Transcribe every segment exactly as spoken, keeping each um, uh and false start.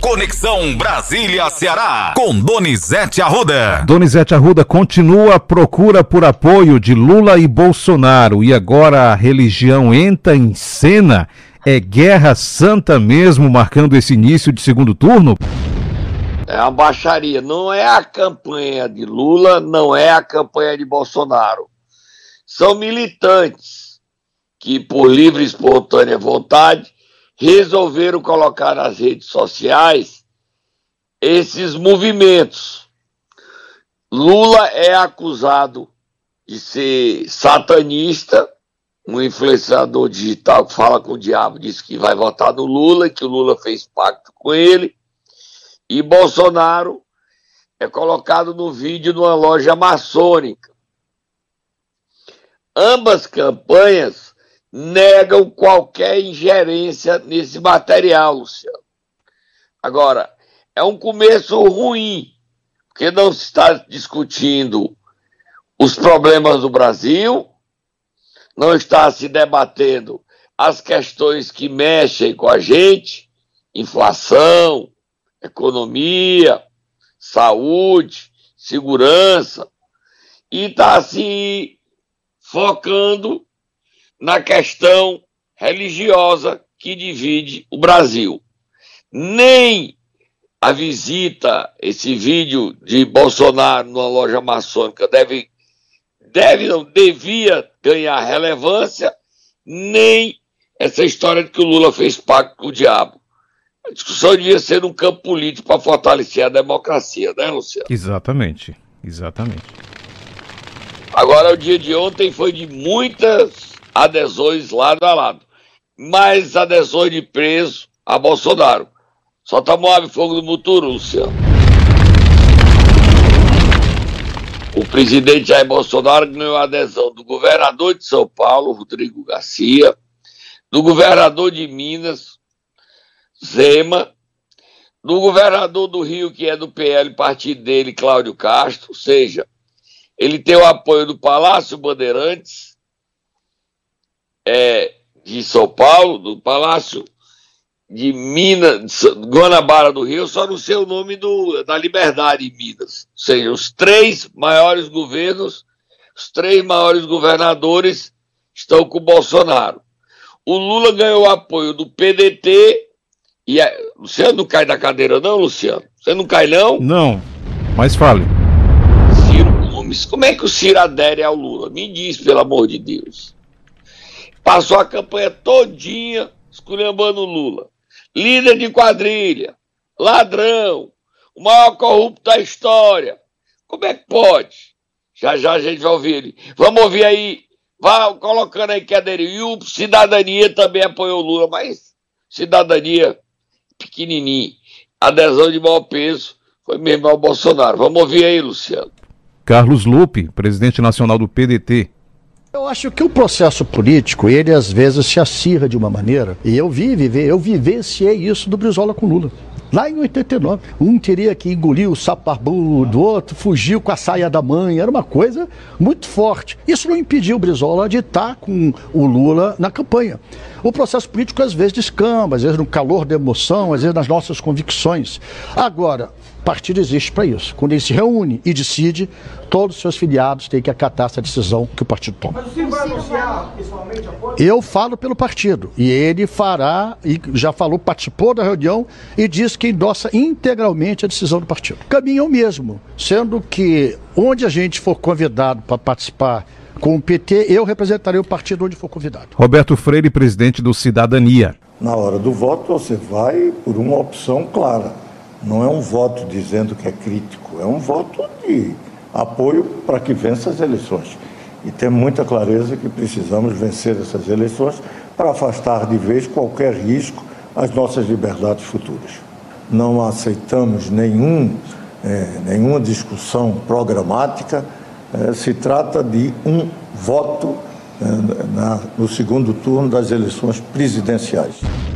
Conexão Brasília-Ceará, com Donizete Arruda. Donizete Arruda continua a procura por apoio de Lula e Bolsonaro. E agora a religião entra em cena? É guerra santa mesmo, marcando esse início de segundo turno? É uma baixaria. Não é a campanha de Lula, não é a campanha de Bolsonaro. São militantes que, por livre e espontânea vontade, resolveram colocar nas redes sociais esses movimentos. Lula é acusado de ser satanista, um influenciador digital que fala com o diabo, disse que vai votar no Lula, que o Lula fez pacto com ele, e Bolsonaro é colocado no vídeo numa loja maçônica. Ambas campanhas negam qualquer ingerência nesse material, Luciano. Agora, é um começo ruim, porque não se está discutindo os problemas do Brasil, não está se debatendo as questões que mexem com a gente, inflação, economia, saúde, segurança, e está se focando na questão religiosa que divide o Brasil. Nem a visita, esse vídeo de Bolsonaro numa loja maçônica deve, deve não, devia ganhar relevância, nem essa história de que o Lula fez pacto com o diabo. A discussão devia ser num campo político para fortalecer a democracia, né, Luciano? Exatamente, exatamente. Agora, o dia de ontem foi de muitas adesões lado a lado. Mais adesões de preso a Bolsonaro. Só tá Moab Fogo do Muturu, Luciano. O presidente Jair Bolsonaro ganhou a adesão do governador de São Paulo, Rodrigo Garcia, do governador de Minas, Zema, do governador do Rio, que é do P L, partido dele, Cláudio Castro, ou seja, ele tem o apoio do Palácio Bandeirantes, é, de São Paulo, do Palácio de Minas, de Guanabara do Rio, só não sei o nome do, da Liberdade em Minas. Ou seja, os três maiores governos, os três maiores governadores estão com o Bolsonaro. O Lula ganhou o apoio do P D T, e a... Luciano não cai da cadeira não, Luciano? Você não cai não? Não, mas fale. Ciro Gomes, como é que o Ciro adere ao Lula? Me diz, pelo amor de Deus. Passou a campanha todinha esculhambando o Lula. Líder de quadrilha, ladrão, o maior corrupto da história. Como é que pode? Já já a gente vai ouvir ele. Vamos ouvir aí, vá colocando aí que aderiu. E o Cidadania também apoiou o Lula, mas Cidadania pequenininho. Adesão de maior peso foi mesmo ao Bolsonaro. Vamos ouvir aí, Luciano. Carlos Lupe, presidente nacional do P D T. Eu acho que o processo político, ele às vezes se acirra de uma maneira, e eu vi viver, eu vivenciei isso do Brizola com Lula. Lá em oitenta e nove, um teria que engolir o sapo barbudo, o outro fugiu com a saia da mãe, era uma coisa muito forte. Isso não impediu o Brizola de estar com o Lula na campanha. O processo político às vezes descamba, às vezes no calor da emoção, às vezes nas nossas convicções. Agora, o partido existe para isso. Quando ele se reúne e decide, todos os seus filiados têm que acatar essa decisão que o partido toma. Mas o senhor vai anunciar pessoalmente apoio? Eu falo pelo partido, e ele fará, e já falou, participou da reunião e disse que endossa integralmente a decisão do partido. O caminho é o mesmo, sendo que onde a gente for convidado para participar com o P T, eu representarei o partido onde for convidado. Roberto Freire, presidente do Cidadania. Na hora do voto, você vai por uma opção clara. Não é um voto dizendo que é crítico, é um voto de apoio para que vença as eleições. E tem muita clareza que precisamos vencer essas eleições para afastar de vez qualquer risco às nossas liberdades futuras. Não aceitamos nenhum, é, nenhuma discussão programática, é, se trata de um voto é, na, no segundo turno das eleições presidenciais.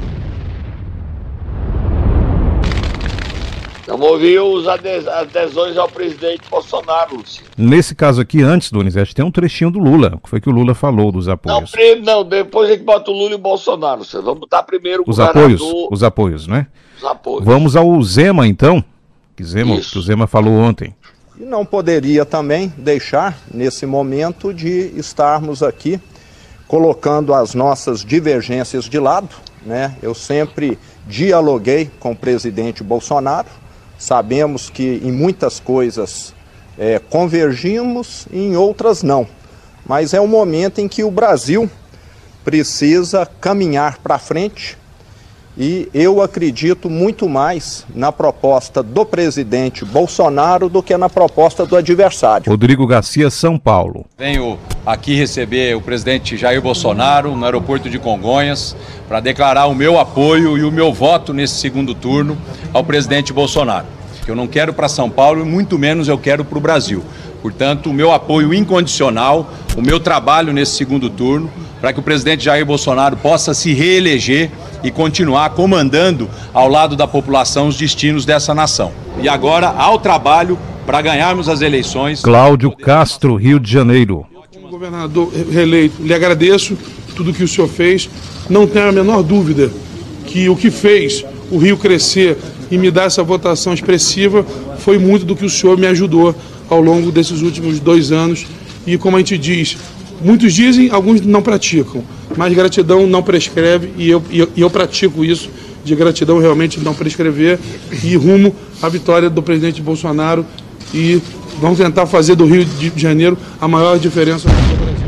Vamos ouvir os adesões ao presidente Bolsonaro, Lúcio. Nesse caso aqui, antes, Donizete, tem um trechinho do Lula. O que foi que o Lula falou dos apoios? Não, não depois a gente bota o Lula e o Bolsonaro. Você vamos botar primeiro o os governador... apoios, os apoios, né? apoios. Vamos ao Zema, então, que, Zema, que o Zema falou ontem. E não poderia também deixar, nesse momento, de estarmos aqui colocando as nossas divergências de lado, né? Eu sempre dialoguei com o presidente Bolsonaro, sabemos que em muitas coisas é, convergimos e em outras não, mas é um momento em que o Brasil precisa caminhar para frente e eu acredito muito mais na proposta do presidente Bolsonaro do que na proposta do adversário. Rodrigo Garcia, São Paulo. Venho aqui receber o presidente Jair Bolsonaro no aeroporto de Congonhas para declarar o meu apoio e o meu voto nesse segundo turno ao presidente Bolsonaro. Eu não quero para São Paulo e muito menos eu quero para o Brasil. Portanto, o meu apoio incondicional, o meu trabalho nesse segundo turno, para que o presidente Jair Bolsonaro possa se reeleger e continuar comandando ao lado da população os destinos dessa nação. E agora, ao trabalho para ganharmos as eleições. Cláudio Castro, Rio de Janeiro. Como governador reeleito, lhe agradeço tudo que o senhor fez. Não tenho a menor dúvida que o que fez o Rio crescer e me dar essa votação expressiva foi muito do que o senhor me ajudou ao longo desses últimos dois anos. E como a gente diz, muitos dizem, alguns não praticam, mas gratidão não prescreve e eu, e eu, e eu pratico isso, de gratidão realmente não prescrever e rumo à vitória do presidente Bolsonaro e vamos tentar fazer do Rio de Janeiro a maior diferença do Brasil.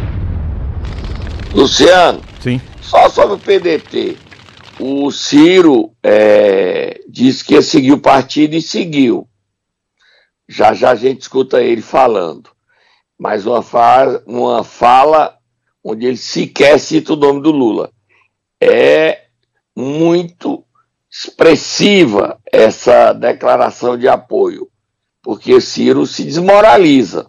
Luciano, sim. Só sobre o P D T, o Ciro é, disse que ia seguir o partido e seguiu. Já já a gente escuta ele falando. Mas uma fala, uma fala onde ele sequer cita o nome do Lula. É muito expressiva essa declaração de apoio, porque Ciro se desmoraliza.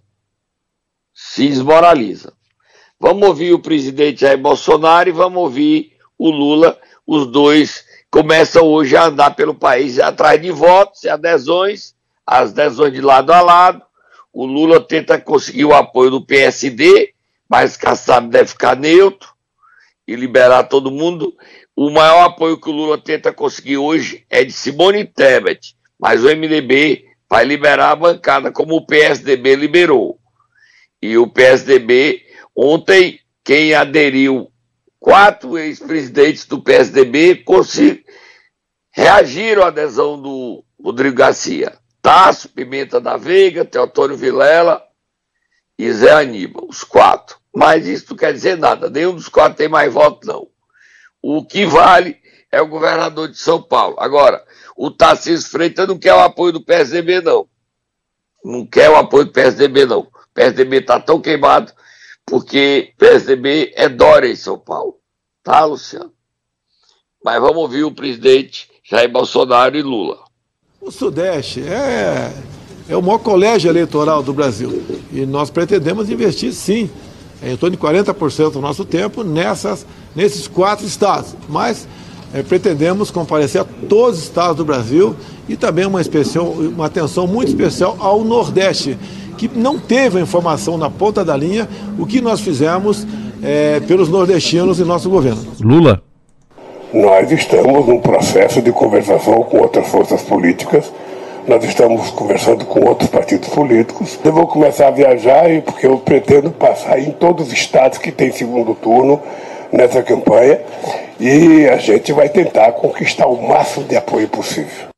Se desmoraliza. Vamos ouvir o presidente Jair Bolsonaro e vamos ouvir o Lula. Os dois começam hoje a andar pelo país atrás de votos e adesões, as adesões de lado a lado. O Lula tenta conseguir o apoio do P S D, mas Kassab deve ficar neutro e liberar todo mundo. O maior apoio que o Lula tenta conseguir hoje é de Simone Tebet, mas o M D B vai liberar a bancada, como o P S D B liberou. E o P S D B, ontem, quem aderiu, quatro ex-presidentes do P S D B reagiram à adesão do Rodrigo Garcia. Tasso, Pimenta da Veiga, Teotônio Vilela e Zé Aníbal, os quatro. Mas isso não quer dizer nada, nenhum dos quatro tem mais voto, não. O que vale é o governador de São Paulo. Agora, o Tarcísio Freitas não quer o apoio do P S D B, não. Não quer o apoio do P S D B, não. O P S D B está tão queimado porque o P S D B é Dória em São Paulo. Tá, Luciano? Mas vamos ouvir o presidente Jair Bolsonaro e Lula. O Sudeste é, é o maior colégio eleitoral do Brasil e nós pretendemos investir, sim, em torno de quarenta por cento do nosso tempo nessas, nesses quatro estados, mas é, pretendemos comparecer a todos os estados do Brasil e também uma, especial, uma atenção muito especial ao Nordeste, que não teve a informação na ponta da linha o que nós fizemos é, pelos nordestinos e nosso governo. Lula. Nós estamos num processo de conversação com outras forças políticas, nós estamos conversando com outros partidos políticos. Eu vou começar a viajar porque eu pretendo passar em todos os estados que tem segundo turno nessa campanha e a gente vai tentar conquistar o máximo de apoio possível.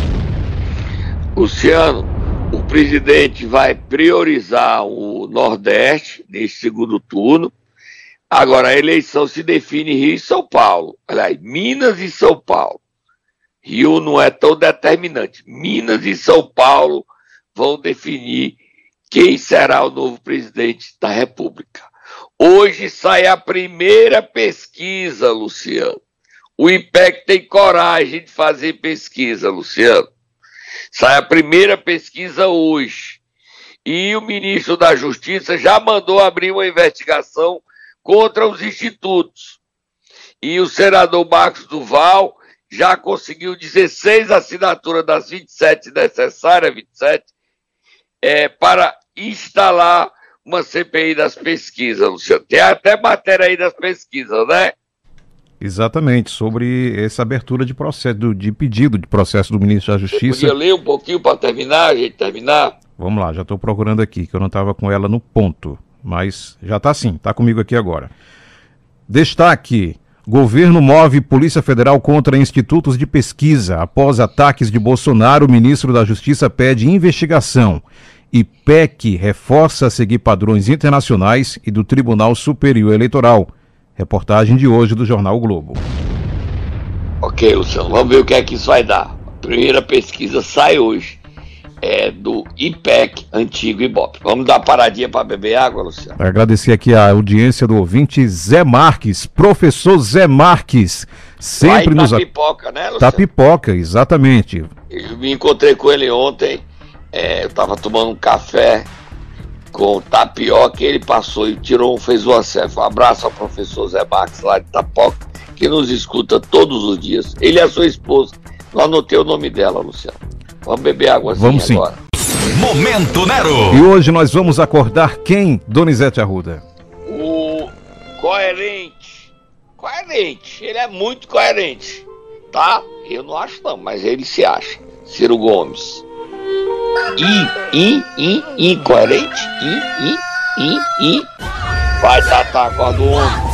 Luciano, o presidente vai priorizar o Nordeste nesse segundo turno. Agora, a eleição se define em Rio e São Paulo. Aliás, Minas e São Paulo. Rio não é tão determinante. Minas e São Paulo vão definir quem será o novo presidente da República. Hoje sai a primeira pesquisa, Luciano. O I P E C tem coragem de fazer pesquisa, Luciano. Sai a primeira pesquisa hoje. E o ministro da Justiça já mandou abrir uma investigação contra os institutos. E o senador Marcos Duval já conseguiu dezesseis assinaturas das vinte e sete necessárias, vinte e sete, é, para instalar uma C P I das pesquisas, Luciano. Tem até matéria aí das pesquisas, né? Exatamente, sobre essa abertura de processo, do, de pedido de processo do ministro da Justiça. Você podia ler um pouquinho para terminar, a gente terminar? Vamos lá, já estou procurando aqui, que eu não estava com ela no ponto, mas já está sim, está comigo aqui agora. Destaque: governo move Polícia Federal contra institutos de pesquisa. Após ataques de Bolsonaro, o ministro da Justiça pede investigação. E P E C reforça a seguir padrões internacionais e do Tribunal Superior Eleitoral. Reportagem de hoje do Jornal o Globo. Ok, Luciano, vamos ver o que é que isso vai dar. A primeira pesquisa sai hoje. É do I P E C, antigo Ibope. Vamos dar uma paradinha para beber água, Luciano? Agradecer aqui a audiência do ouvinte Zé Marques, professor Zé Marques, sempre Vai nos... tá pipoca, né, Luciano? Tá pipoca, exatamente. Eu me encontrei com ele ontem, é, eu tava tomando um café com tapioca, ele passou e tirou, fez uma selfie. Um abraço ao professor Zé Marques lá de Tapoca, que nos escuta todos os dias. Ele e a sua esposa. Não anotei o nome dela, Luciano. Vamos beber águazinha vamos sim. agora. Momento Nero. E hoje nós vamos acordar quem, Donizete Arruda? O coerente. Coerente. Ele é muito coerente. Tá? Eu não acho não, mas ele se acha. Ciro Gomes. I, in, in, incoerente. In, in, in, in. Vai, Tata, acorda o homem.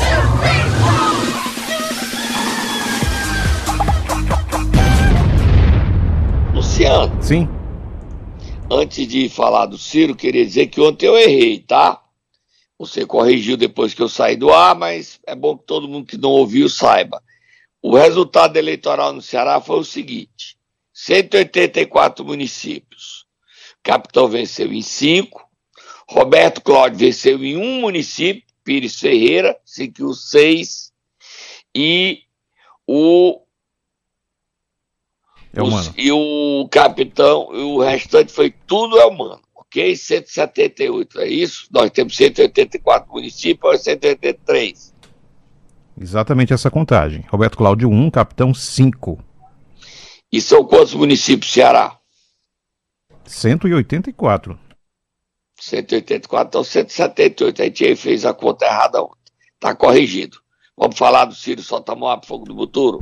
Luciano. Sim. Antes de falar do Ciro, queria dizer que ontem eu errei, tá? Você corrigiu depois que eu saí do ar, mas é bom que todo mundo que não ouviu saiba. O resultado eleitoral no Ceará foi o seguinte: cento e oitenta e quatro municípios. Capitão venceu em cinco, Roberto Cláudio venceu em um município, Pires Ferreira, seguiu seis, e o É humano. E o capitão, o restante foi tudo é humano, ok? cento e setenta e oito, é isso? Nós temos cento e oitenta e quatro municípios, cento e oitenta e três. Exatamente essa contagem. Roberto Cláudio um, capitão cinco. E são quantos municípios, Ceará? cento e oitenta e quatro. cento e oitenta e quatro, então cento e setenta e oito. A gente fez a conta errada ontem. Tá corrigido. Vamos falar do Ciro Solta-Moá pro Fogo do Futuro?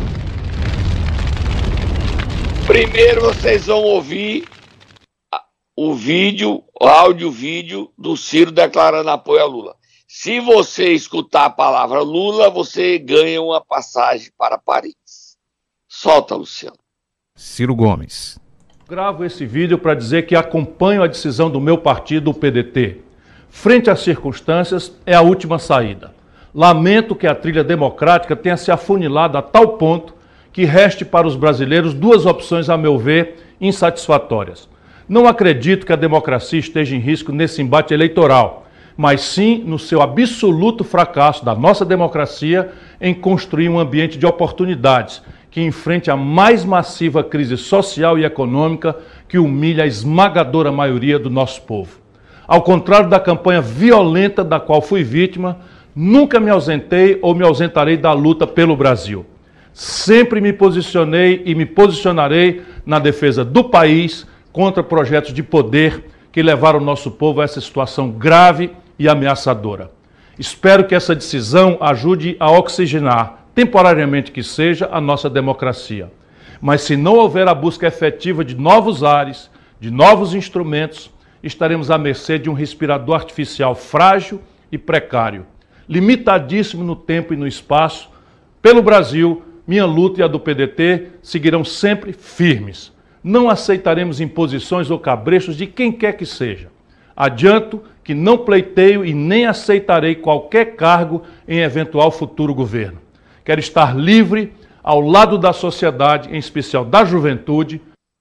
Primeiro vocês vão ouvir o vídeo, o áudio-vídeo do Ciro declarando apoio a Lula. Se você escutar a palavra Lula, você ganha uma passagem para Paris. Solta, Luciano. Ciro Gomes. Gravo esse vídeo para dizer que acompanho a decisão do meu partido, o P D T. Frente às circunstâncias, é a última saída. Lamento que a trilha democrática tenha se afunilado a tal ponto que reste para os brasileiros duas opções, a meu ver, insatisfatórias. Não acredito que a democracia esteja em risco nesse embate eleitoral, mas sim no seu absoluto fracasso da nossa democracia em construir um ambiente de oportunidades que enfrente a mais massiva crise social e econômica que humilha a esmagadora maioria do nosso povo. Ao contrário da campanha violenta da qual fui vítima, nunca me ausentei ou me ausentarei da luta pelo Brasil. Sempre me posicionei e me posicionarei na defesa do país contra projetos de poder que levaram o nosso povo a essa situação grave e ameaçadora. Espero que essa decisão ajude a oxigenar, temporariamente que seja, a nossa democracia. Mas se não houver a busca efetiva de novos ares, de novos instrumentos, estaremos à mercê de um respirador artificial frágil e precário, limitadíssimo no tempo e no espaço. Pelo Brasil, minha luta e a do P D T seguirão sempre firmes. Não aceitaremos imposições ou cabrechos de quem quer que seja. Adianto que não pleiteio e nem aceitarei qualquer cargo em eventual futuro governo. Quero estar livre ao lado da sociedade, em especial da juventude.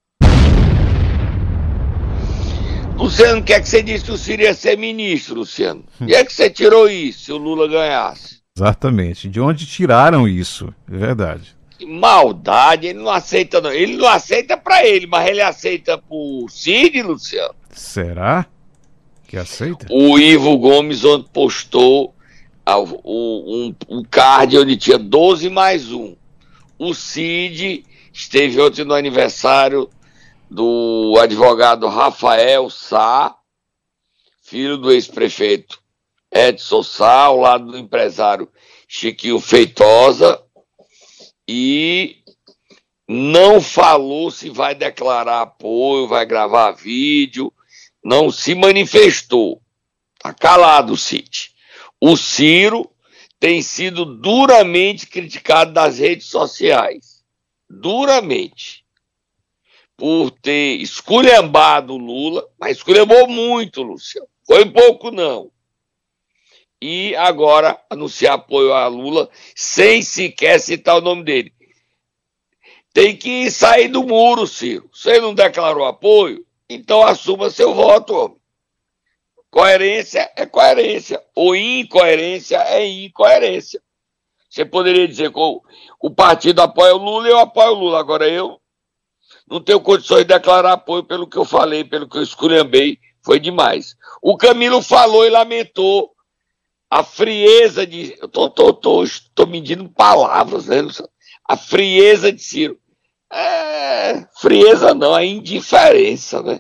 Luciano, o que é que você disse que o Ciro ia ser ministro, Luciano? E é que você tirou isso, se o Lula ganhasse? Exatamente. De onde tiraram isso? É verdade. Que maldade, ele não aceita não. Ele não aceita pra ele, mas ele aceita pro Cid, Luciano. Será que aceita? O Ivo Gomes ontem postou um, um card onde tinha doze mais um. O Cid esteve ontem no aniversário do advogado Rafael Sá, filho do ex-prefeito Edson Sá, ao lado do empresário Chiquinho Feitosa, e não falou se vai declarar apoio, vai gravar vídeo, não se manifestou. Está calado o Cid. O Ciro tem sido duramente criticado nas redes sociais. Duramente. Por ter esculhambado o Lula, mas esculhambou muito, Luciano. Foi pouco, não. E agora anunciar apoio a Lula sem sequer citar o nome dele. Tem que sair do muro, Ciro. Você não declarou apoio? Então assuma seu voto, homem. Coerência é coerência. Ou incoerência é incoerência. Você poderia dizer que o, o partido apoia o Lula e eu apoio o Lula. Agora eu não tenho condições de declarar apoio pelo que eu falei, pelo que eu esculhambei. Foi demais. O Camilo falou e lamentou a frieza de... Eu tô, tô, tô, tô medindo palavras, né, Luciano? A frieza de Ciro. É... Frieza não, a indiferença, né?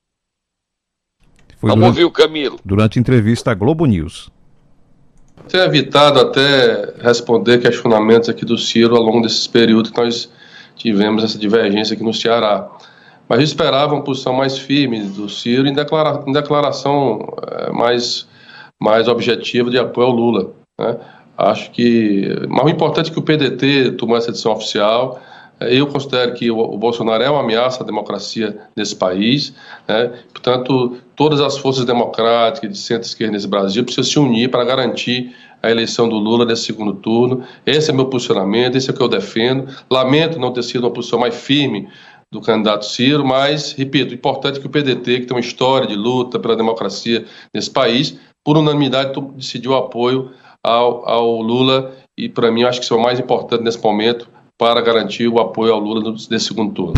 Foi Vamos durante, ouvir o Camilo. Durante entrevista à Globo News. Tenho evitado até responder questionamentos aqui do Ciro ao longo desses períodos que nós tivemos essa divergência aqui no Ceará. Mas eu esperava uma posição mais firme do Ciro em, declara, em declaração é, mais, mais objetiva de apoio ao Lula, né? Acho que... Mas o importante é que o P D T tomou essa decisão oficial. Eu considero que o, o Bolsonaro é uma ameaça à democracia nesse país, né? Portanto, todas as forças democráticas de centro-esquerda nesse Brasil precisam se unir para garantir a eleição do Lula nesse segundo turno. Esse é meu posicionamento, esse é o que eu defendo. Lamento não ter sido uma posição mais firme do candidato Ciro, mas, repito, importante que o P D T, que tem uma história de luta pela democracia nesse país, por unanimidade decidiu o apoio ao, ao Lula, e para mim acho que isso é o mais importante nesse momento para garantir o apoio ao Lula nesse segundo turno.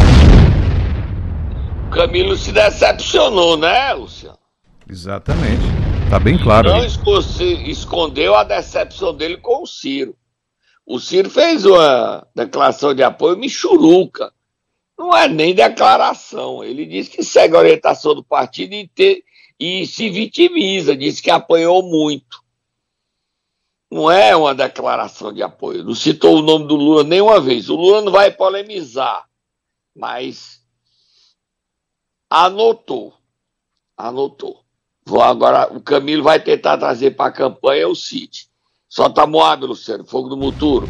O Camilo se decepcionou, né, Luciano? Exatamente. Tá bem claro. Não escondeu a decepção dele com o Ciro. O Ciro fez uma declaração de apoio michuruca. Não é nem declaração. Ele disse que segue a orientação do partido e, te, e se vitimiza. Disse que apanhou muito. Não é uma declaração de apoio. Não citou o nome do Lula nenhuma vez. O Lula não vai polemizar, mas anotou. Anotou. Vou agora, o Camilo vai tentar trazer para a campanha o Cid. Solta Moab, Luciano, fogo do Muturo.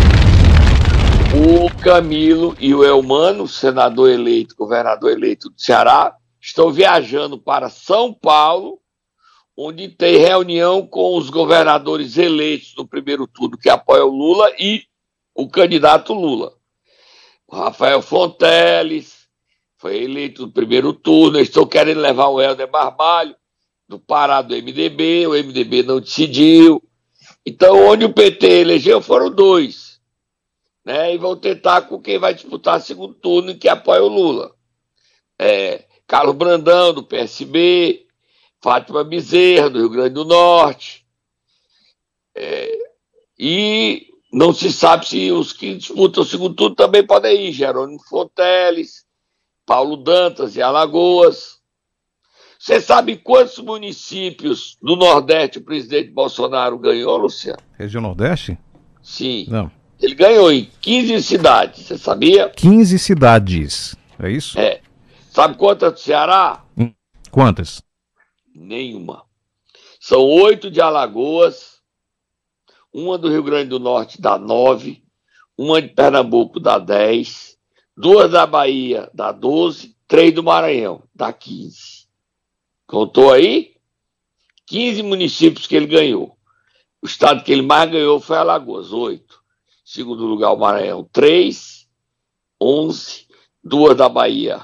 O Camilo e o Elmano, senador eleito, governador eleito do Ceará, estão viajando para São Paulo, onde tem reunião com os governadores eleitos no primeiro turno que apoiam o Lula e o candidato Lula. O Rafael Fonteles foi eleito no primeiro turno, eles estão querendo levar o Helder Barbalho do Pará do M D B, o M D B não decidiu. Então, onde o P T elegeu foram dois, né? E vão tentar com quem vai disputar segundo turno e que apoia o Lula. É, Carlos Brandão, do P S B, Fátima Bezerra, do Rio Grande do Norte. É, e não se sabe se os que disputam o segundo turno também podem ir. Jerônimo Fonteles, Paulo Dantas e Alagoas. Você sabe quantos municípios do Nordeste o presidente Bolsonaro ganhou, Luciano? Região Nordeste? Sim. Não. Ele ganhou em quinze cidades, você sabia? quinze cidades, é isso? É. Sabe quantas do Ceará? Hum. Quantas? Nenhuma. São oito de Alagoas, uma do Rio Grande do Norte dá nove, uma de Pernambuco dá dez, duas da Bahia dá doze, três do Maranhão dá quinze. Contou aí? quinze municípios que ele ganhou. O estado que ele mais ganhou foi Alagoas, oito. Segundo lugar, o Maranhão, três, onze, duas da Bahia,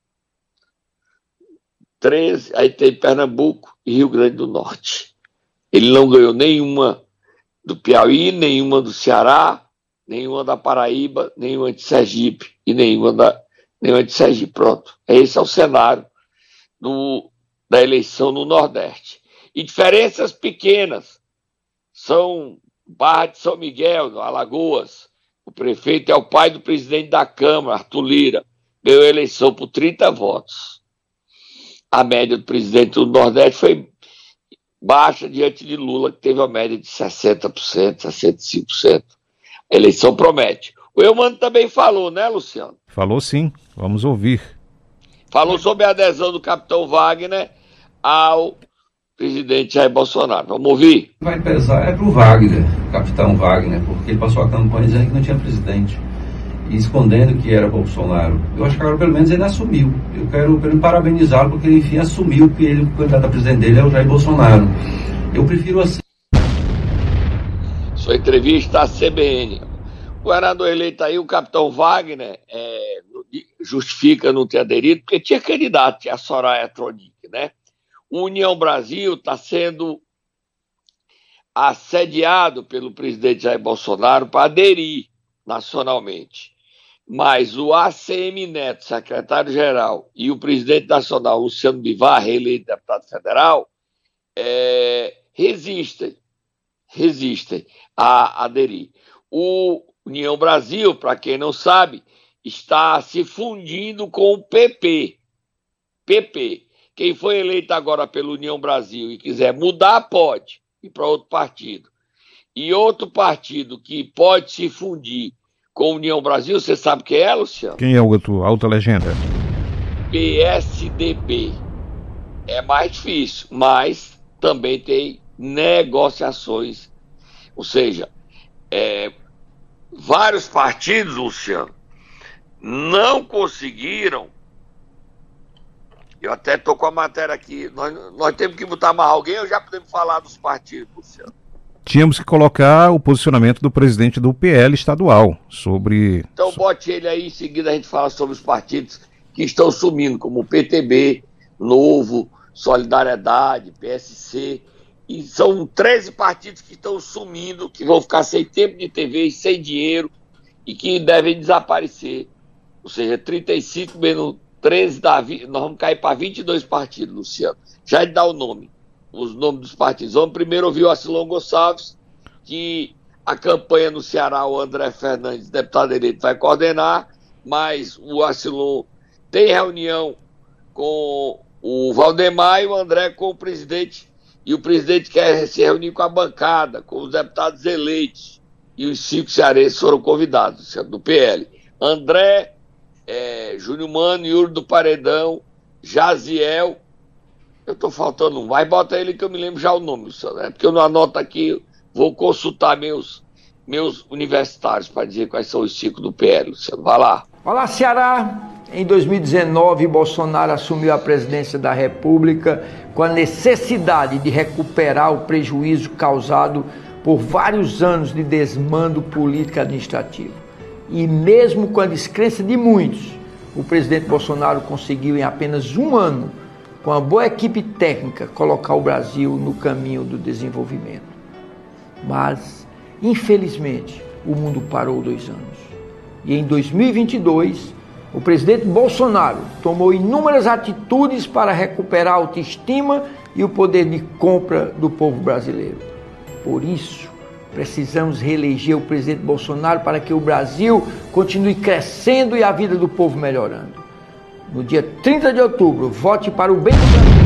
treze, aí tem Pernambuco e Rio Grande do Norte. Ele não ganhou nenhuma do Piauí, nenhuma do Ceará, nenhuma da Paraíba, nenhuma de Sergipe e nenhuma, da, nenhuma de Sergipe. Pronto. Esse é o cenário do, da eleição no Nordeste. E diferenças pequenas. São Barra de São Miguel, no Alagoas. O prefeito é o pai do presidente da Câmara, Arthur Lira. Ganhou a eleição por trinta votos. A média do presidente do Nordeste foi baixa diante de Lula, que teve uma média de sessenta por cento, sessenta e cinco por cento. A eleição promete. O Eumano também falou, né, Luciano? Falou sim, vamos ouvir. Falou sobre a adesão do capitão Wagner ao presidente Jair Bolsonaro. Vamos ouvir? Vai pesar é pro Wagner, capitão Wagner, porque ele passou a campanha dizendo que não tinha presidente e escondendo que era Bolsonaro. Eu acho que agora pelo menos ele assumiu. Eu quero, quero parabenizá-lo porque ele enfim assumiu que ele, o candidato a presidente dele é o Jair Bolsonaro. Eu prefiro assim. Sua entrevista à C B N. O governador eleito aí, o capitão Wagner, é, justifica não ter aderido, porque tinha candidato, tinha a Soraya Tronic, né? O União Brasil está sendo assediado pelo presidente Jair Bolsonaro para aderir nacionalmente. Mas o A C M Neto, secretário-geral, e o presidente nacional, Luciano Bivar, reeleito deputado federal, é, resistem, resistem a aderir. O União Brasil, para quem não sabe, está se fundindo com o P P. P P. Quem foi eleito agora pela União Brasil e quiser mudar, pode ir para outro partido. E outro partido que pode se fundir com a União Brasil, você sabe quem é, Luciano? Quem é o outro? Alta legenda. P S D B. É mais difícil, mas também tem negociações. Ou seja, é, vários partidos, Luciano, não conseguiram. Eu até estou com a matéria aqui. Nós, nós temos que botar mais alguém ou já podemos falar dos partidos, Luciano? Tínhamos que colocar o posicionamento do presidente do P L estadual sobre... Então bote ele aí, em seguida a gente fala sobre os partidos que estão sumindo, como o P T B, Novo, Solidariedade, P S C... E são treze partidos que estão sumindo, que vão ficar sem tempo de T V, sem dinheiro e que devem desaparecer. Ou seja, trinta e cinco menos treze dá vinte, nós vamos cair para vinte e dois partidos, Luciano. Já dá o nome, os nomes dos partidos. Vamos primeiro ouvir o Acilon Gonçalves, que a campanha no Ceará, o André Fernandes, deputado eleito, vai coordenar, mas o Acilon tem reunião com o Valdemar e o André com o presidente. E o presidente quer se reunir com a bancada, com os deputados eleitos. E os cinco cearenses foram convidados, do P L. André, é, Júnior Mano, Yuri do Paredão, Jaziel. Eu estou faltando um. Vai, bota ele que eu me lembro já o nome, Luciano. Né? Porque eu não anoto aqui, vou consultar meus, meus universitários para dizer quais são os cinco do P L, Luciano. Vai lá. Olá, Ceará. Em dois mil e dezenove, Bolsonaro assumiu a presidência da República com a necessidade de recuperar o prejuízo causado por vários anos de desmando político administrativo. E mesmo com a descrença de muitos, o presidente Bolsonaro conseguiu em apenas um ano, com uma boa equipe técnica, colocar o Brasil no caminho do desenvolvimento. Mas, infelizmente, o mundo parou dois anos. E em dois mil e vinte e dois, o presidente Bolsonaro tomou inúmeras atitudes para recuperar a autoestima e o poder de compra do povo brasileiro. Por isso, precisamos reeleger o presidente Bolsonaro para que o Brasil continue crescendo e a vida do povo melhorando. No dia trinta de outubro, vote para o bem do Brasil.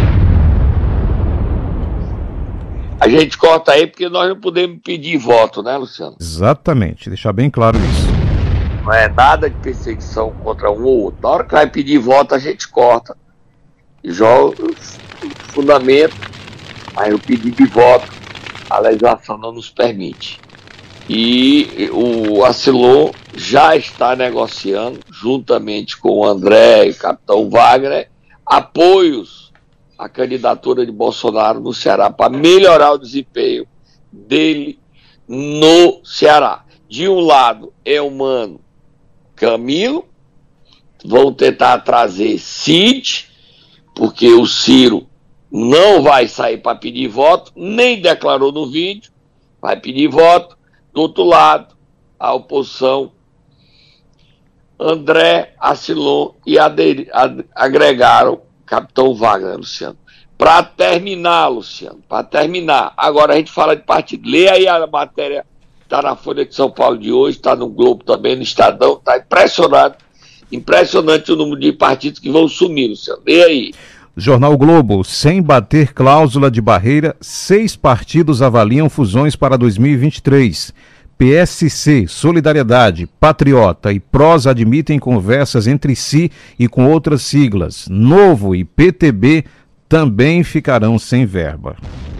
A gente corta aí porque nós não podemos pedir voto, né, Luciano? Exatamente, deixar bem claro isso. Não é nada de perseguição contra um ou outro. Na hora que vai pedir voto, a gente corta e joga o fundamento, mas o pedido de voto, a legislação não nos permite. E o Acilon já está negociando, juntamente com o André e o capitão Wagner, apoios à candidatura de Bolsonaro no Ceará para melhorar o desempenho dele no Ceará. De um lado é o mano Camilo, vão tentar trazer Cid, porque o Ciro não vai sair para pedir voto, nem declarou no vídeo, vai pedir voto. Do outro lado, a oposição, André, Acilon e ader, ad, agregaram capitão Wagner, Luciano. Para terminar, Luciano, para terminar, agora a gente fala de partido. Lê aí a matéria. Está na Folha de São Paulo de hoje, está no Globo também, no Estadão, está impressionado, impressionante o número de partidos que vão sumir, Luciano. E aí? Jornal Globo, sem bater cláusula de barreira, seis partidos avaliam fusões para dois mil e vinte e três. P S C, Solidariedade, Patriota e P R O S admitem conversas entre si e com outras siglas. Novo e P T B também ficarão sem verba.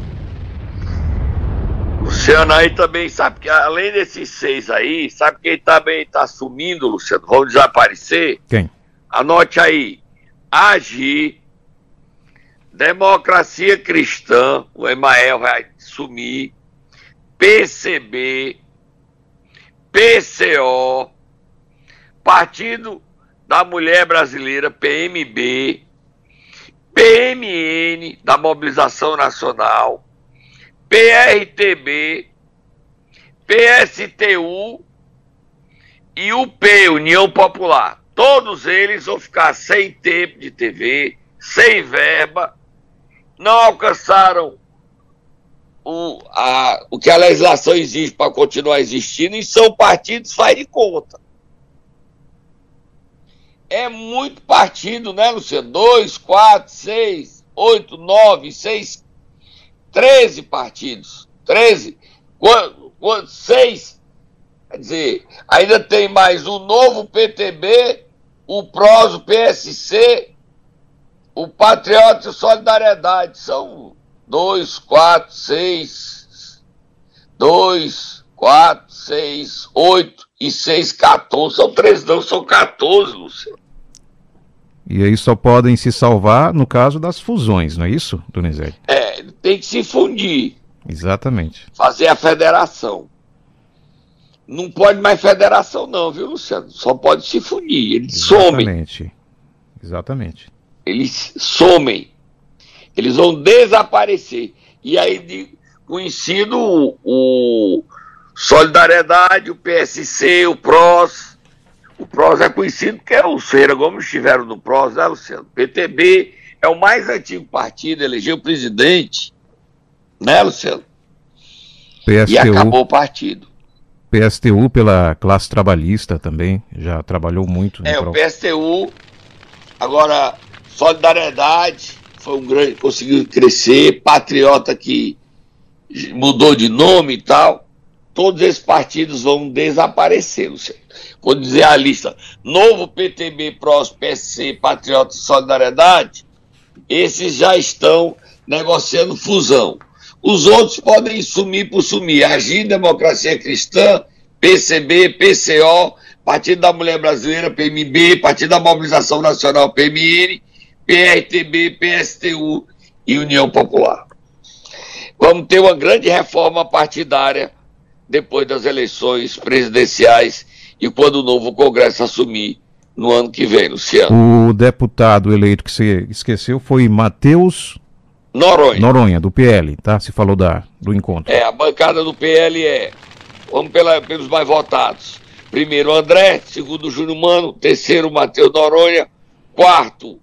Luciano, aí também sabe que além desses seis aí, sabe quem também está sumindo, Luciano? Vão desaparecer? Quem? Anote aí. Agir, Democracia Cristã, o Emael vai sumir, P C B, P C O, Partido da Mulher Brasileira, P M B, P M N, da Mobilização Nacional, P R T B, P S T U e o P, União Popular. Todos eles vão ficar sem tempo de T V, sem verba, não alcançaram o, a, o que a legislação exige para continuar existindo e são partidos faz de conta. É muito partido, né, Luciano? Dois, quatro, seis, oito, nove, seis, treze partidos. Treze? Quanto? Quanto? Seis? Quer dizer, ainda tem mais o novo P T B, o P R O S, o P S C, o Patriota e Solidariedade. São dois, quatro, seis, dois, quatro, seis, oito e seis, quatorze. São treze, não, são quatorze, Luciano. E aí só podem se salvar no caso das fusões, não é isso, Donizete? É, tem que se fundir. Exatamente. Fazer a federação. Não pode mais federação não, viu, Luciano? Só pode se fundir. Eles somem. Exatamente. Exatamente. Eles somem. Eles vão desaparecer. E aí coincido o, o Solidariedade, o P S C, o P R O S. O P R O S é conhecido porque é os Ferreira Gomes estiveram no P R O S, né, Luciano? P T B é o mais antigo partido, elegeu o presidente, né, Luciano? P S T U, e acabou o partido. P S T U pela classe trabalhista também, já trabalhou muito. É, o P S T U, agora Solidariedade, foi um grande, conseguiu crescer, Patriota que mudou de nome e tal, todos esses partidos vão desaparecer, Luciano. Vou dizer a lista: Novo, P T B, P R O S, P S C, Patriota e Solidariedade, esses já estão negociando fusão. Os outros podem sumir por sumir. Agir, Democracia Cristã, P C B, P C O, Partido da Mulher Brasileira, P M B, Partido da Mobilização Nacional, P M N, P R T B, P S T U e União Popular. Vamos ter uma grande reforma partidária depois das eleições presidenciais e quando o novo Congresso assumir no ano que vem, Luciano. O deputado eleito que você esqueceu foi Matheus Noronha. Noronha, do P L, tá? Se falou da, do encontro. É, a bancada do P L é, vamos pela, pelos mais votados. Primeiro, André. Segundo, Júnior Mano. Terceiro, Matheus Noronha. Quarto,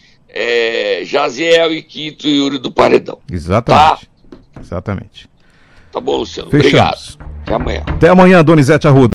é, Jaziel. E quinto, Yuri do Paredão. Exatamente. Tá? Exatamente. Tá bom, Luciano. Fechamos. Obrigado. Até amanhã. Até amanhã, Donizete Arruda.